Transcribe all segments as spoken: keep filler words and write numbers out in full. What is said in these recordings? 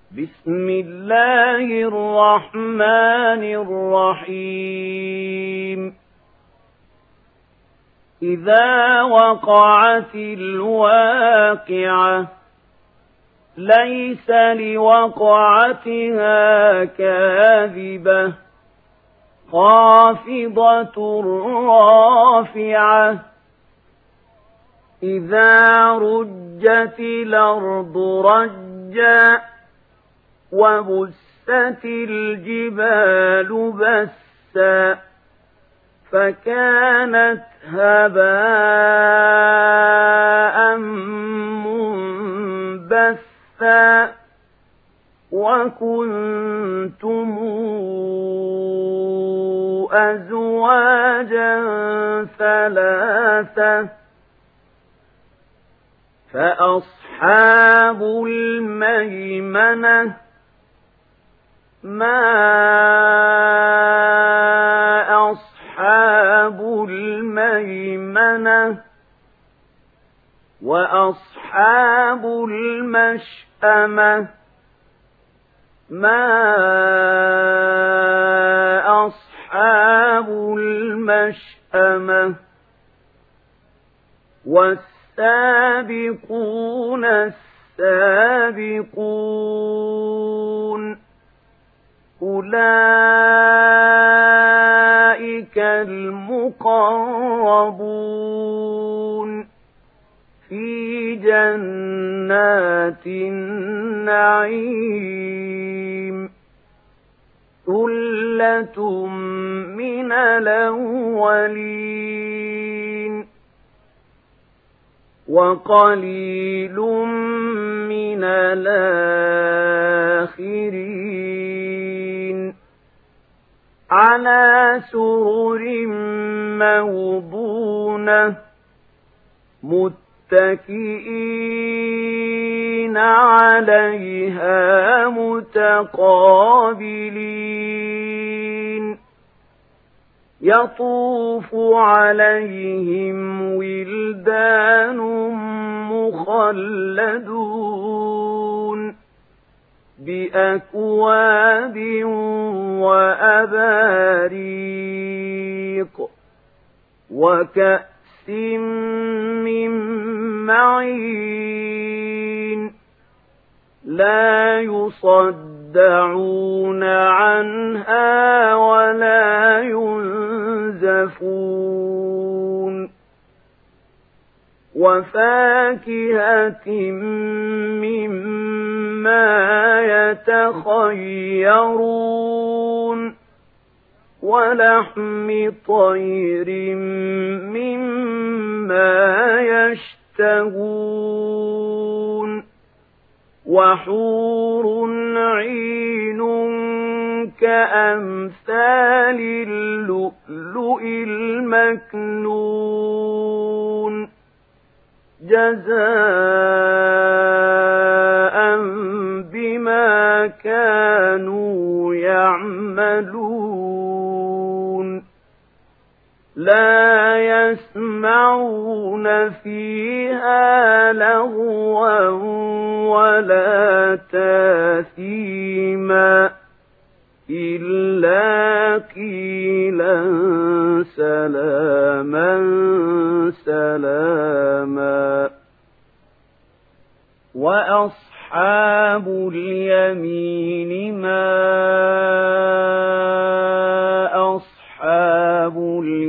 بسم الله الرحمن الرحيم إذا وقعت الواقعة ليس لوقعتها كاذبة خافضة رافعة إذا رجت الأرض رجا وبست الجبال بسا فكانت هباء منبثا وكنتم أزواجا ثلاثة فأصحاب الميمنة ما أصحاب الميمنة وأصحاب المشأمة ما أصحاب المشأمة والسابقون السابقون أولئك المقربون في جنات النعيم ثلة من الأولين وقليل من الآخرين على سرر موضونة متكئين عليها متقابلين يطوف عليهم ولدان مخلدون بأكواب وأباريق وكأس من معين لا يصدعون عنها ولا ينزفون وفاكهة مما يتخيرون ولحم طير مما يشتهون وحور عين كأمثال اللؤلؤ المكنون جزاء بما كانوا يعملون لا يسمعون فيها لغوا ولا تاثيما إلا قيلا سلاما سلاما وأصحاب اليمين ما أصحاب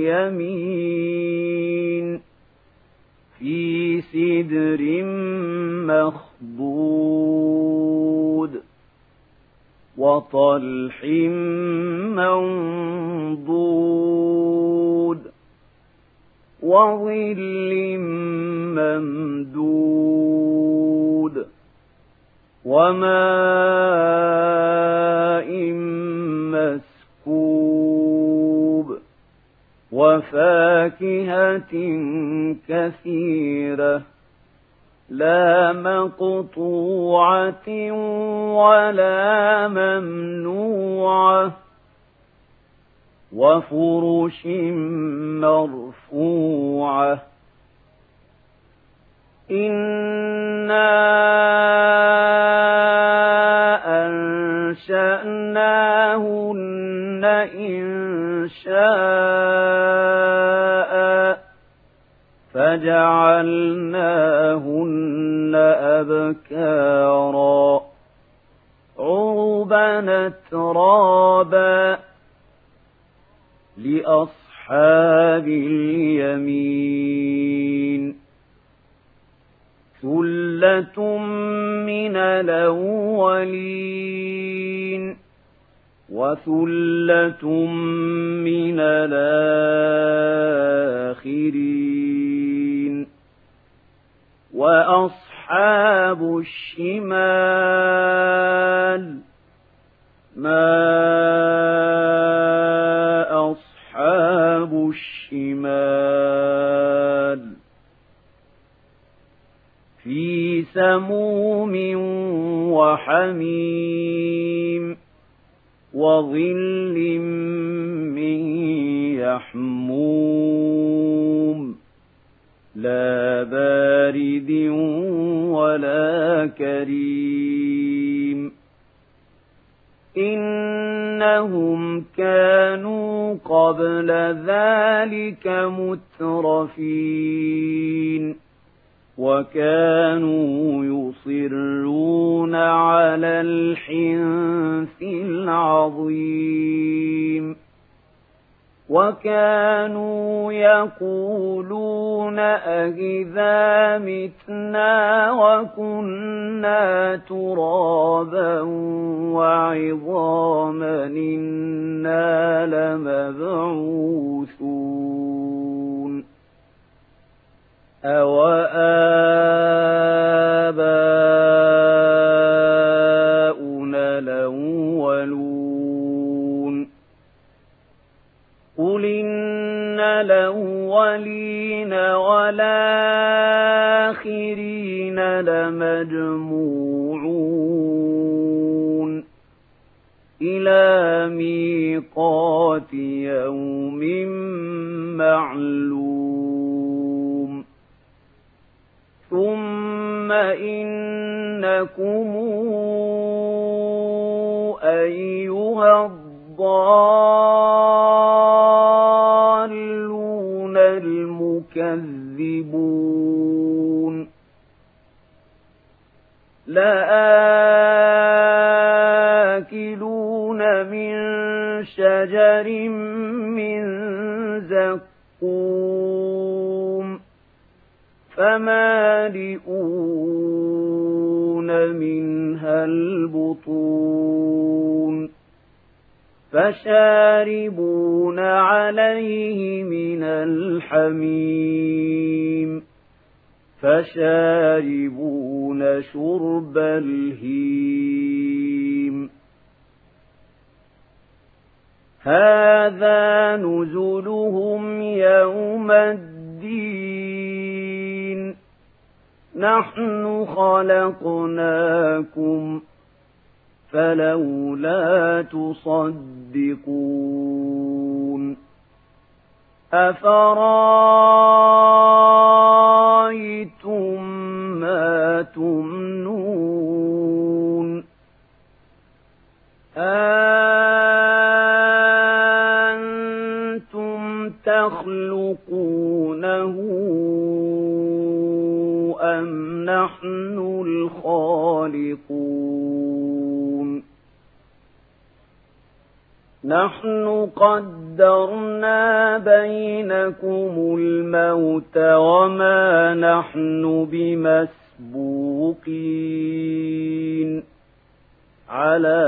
اليمين في سدر مخضود وطلح منضود وظل ممدود وماء مسكوب وفاكهة كثيرة لا مقطوعة ولا ممنوعة وفرش مرفوعة إنا فجعلناهن أبكارا عربا أترابا لأصحاب اليمين ثلة من الأولين وثلة من الآخرين وأصحاب الشمال ما أصحاب الشمال في سموم وحميم وظل من يحموم لا بارد ولا كريم إنهم كانوا قبل ذلك مترفين وكانوا يصرون على الحنث العظيم وكانوا يقولون أإذا متنا وكنا ترابا وعظاما إنا لمبعوثون أوآباؤنا الأولون قل إن الأولين والآخرين لمجموعون إلى ميقات يوم معلوم ثم إنكم أيها الضالون المكذبون لآكلون من شجر من زقوم فمالئون منها البطون فشاربون عليه من الحميم فشاربون شرب الهيم هذا نزلهم يوم الدين نحن خلقناكم فلولا تصدقون أفرأيتم ما تمنون أنتم تخلقونه أم نحن الخالقون نحن قدرنا بينكم الموت وما نحن بمسبوقين على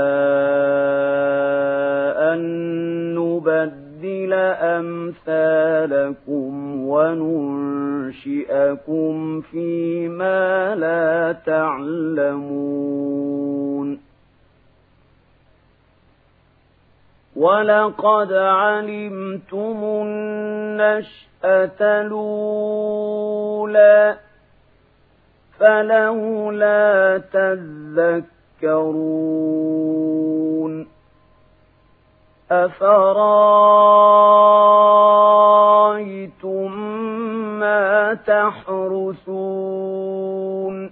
أن نبدل أمثالكم وننشئكم فيما لا تعلمون ولقد علمتم النشأة الأولى فلولا تذكرون أفرأيتم ما تحرثون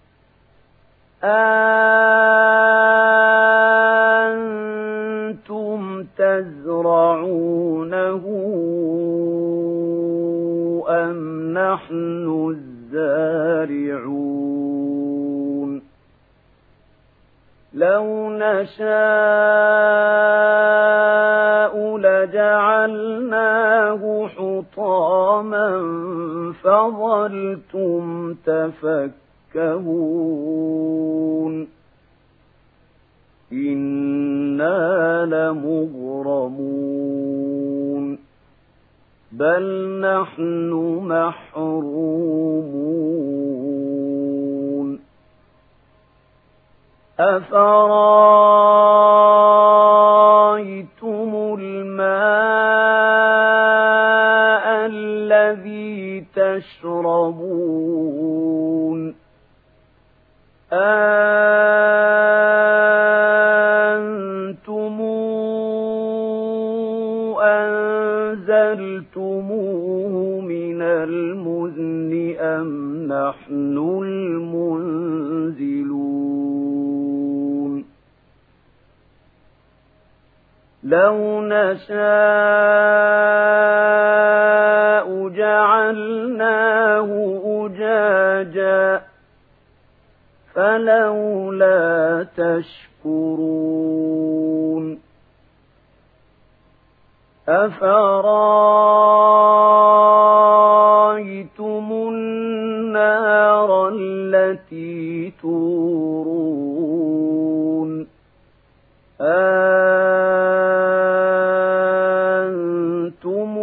أنتم تزرعونه أم نحن لو نشاء لجعلناه حطاما فظلتم تفكهون إنا لمغرمون بل نحن محرومون أفرأيتم الماء الذي تشربون أأنتم أنزلتموه من المزن أم نحن المنزلون لو نشاء جعلناه أجاجا فلولا تشكرون أفرأيتم النار التي تورون أأنتم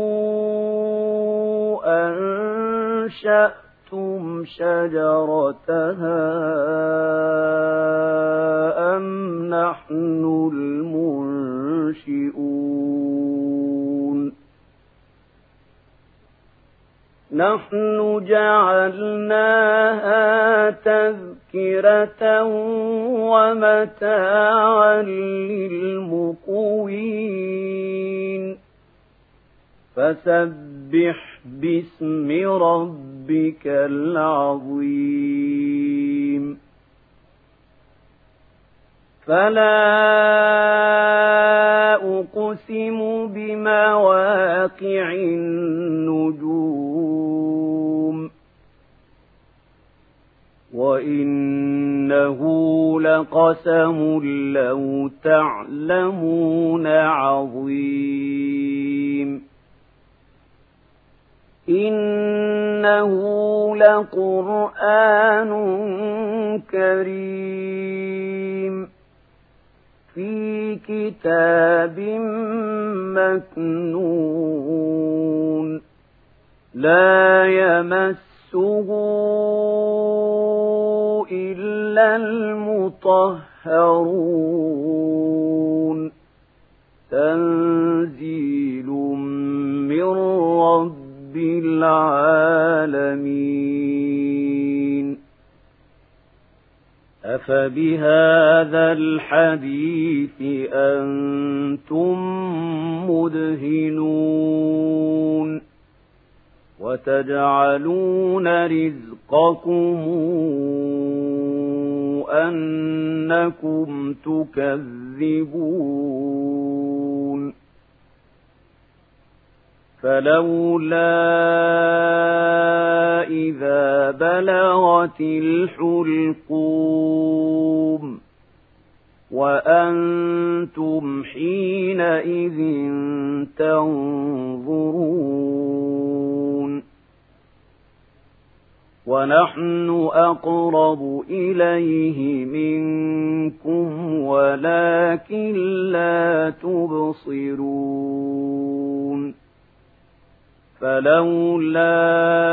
أنشأتم شجرتها أم نحن المنشئون نحن جعلناها تذكرة ومتاعا للمقوين فسبح باسم ربك العظيم فلا أقسم بمواقع النجوم وإنه لقسم لو تعلمون عظيم إنه لقرآن كريم في كتاب مكنون لا يمسه إلا المطهرون تنزيل من رب العالمين أفبهذا الحديث أنتم مدهنون وتجعلون رزقكم أنكم تكذبون فلولا إذا بلغت الحلقوم وأنتم حينئذ تنظرون ونحن أقرب إليه منكم ولكن لا تبصرون فلولا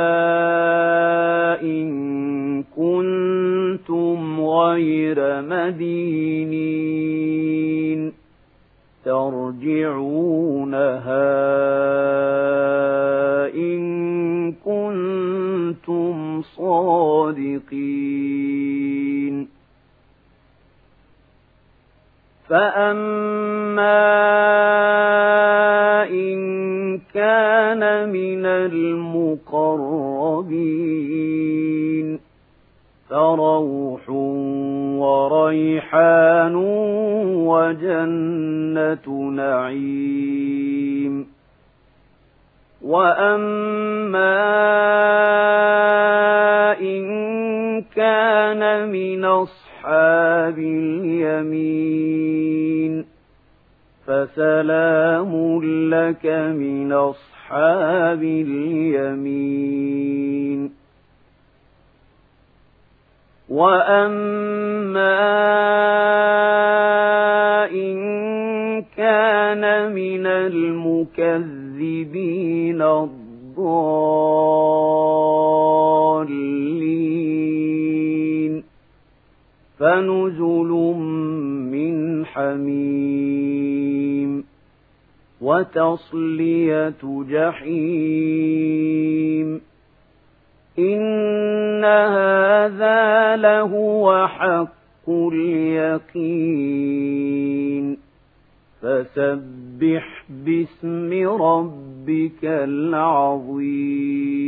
إن كنتم غير مدينين ترجعونها إن كنتم صادقين فأما إن كان من المقربين فروح وريحان وجنة نعيم وأما إن كان من أصحاب أصحاب اليمين فسلام لك من أصحاب اليمين وأما إن كان من المكذبين الضالين فنزل من حميم وتصلية جحيم إن هذا لهو حق اليقين فسبح باسم ربك العظيم